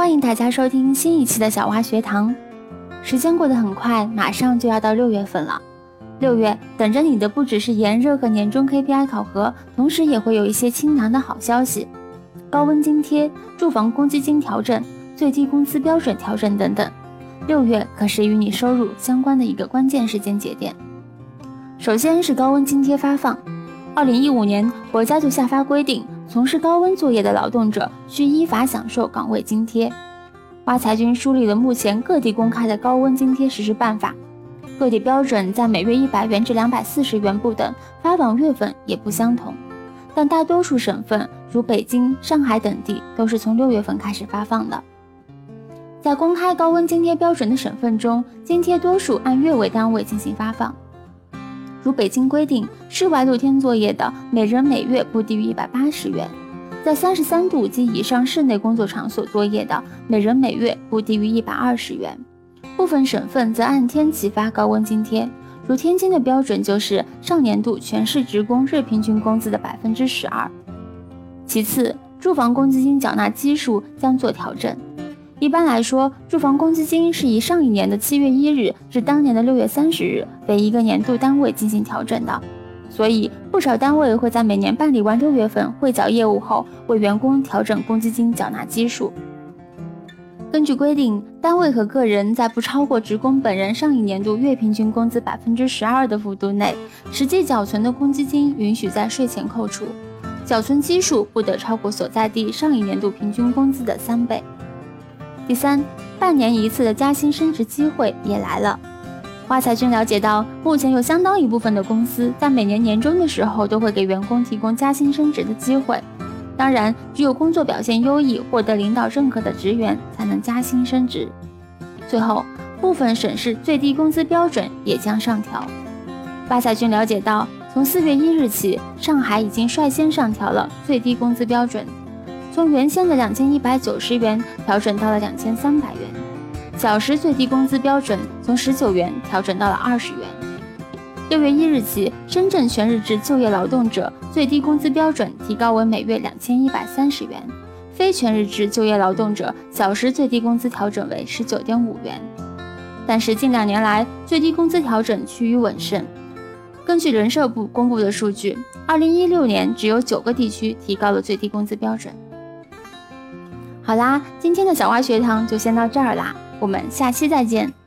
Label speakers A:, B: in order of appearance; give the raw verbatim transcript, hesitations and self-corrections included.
A: 欢迎大家收听新一期的小蛙学堂。时间过得很快，马上就要到六月份了。六月等着你的不只是炎热和年终 K P I 考核，同时也会有一些清凉的好消息，高温津贴、住房公积金调整、最低工资标准调整等等。六月可是与你收入相关的一个关键时间节点。首先是高温津贴发放。二零一五年，国家就下发规定，从事高温作业的劳动者需依法享受岗位津贴。挖财君梳理了目前各地公开的高温津贴实施办法，各地标准在每月一百元至两百四十元不等，发放月份也不相同，但大多数省份如北京、上海等地都是从六月份开始发放的。在公开高温津贴标准的省份中，津贴多数按月为单位进行发放。如北京规定，室外露天作业的每人每月不低于一百八十元，在三十三度及以上室内工作场所作业的每人每月不低于一百二十元。部分省份则按天起发高温津贴，如天津的标准就是上年度全市职工日平均工资的 百分之十二。 其次，住房公积金缴纳基数将做调整。一般来说，住房公积金是以上一年的七月一日至当年的六月三十日为一个年度单位进行调整的，所以不少单位会在每年办理完六月份汇缴业务后，为员工调整公积金缴纳基数。根据规定，单位和个人在不超过职工本人上一年度月平均工资 百分之十二 的幅度内，实际缴存的公积金允许在税前扣除，缴存基数不得超过所在地上一年度平均工资的三倍。第三，半年一次的加薪升职机会也来了。挖财君了解到，目前有相当一部分的公司在每年年终的时候都会给员工提供加薪升职的机会，当然只有工作表现优异、获得领导认可的职员才能加薪升职。最后，部分省市最低工资标准也将上调。挖财君了解到，从四月一日起，上海已经率先上调了最低工资标准，从原先的两千一百九十元调整到了两千三百元，小时最低工资标准从十九元调整到了二十元。六月一日起，深圳全日制就业劳动者最低工资标准提高为每月两千一百三十元，非全日制就业劳动者小时最低工资调整为十九点五元。但是近两年来，最低工资调整趋于稳胜。根据人社部公布的数据，二零一六年只有九个地区提高了最低工资标准。好啦，今天的小蛙学堂就先到这儿啦，我们下期再见。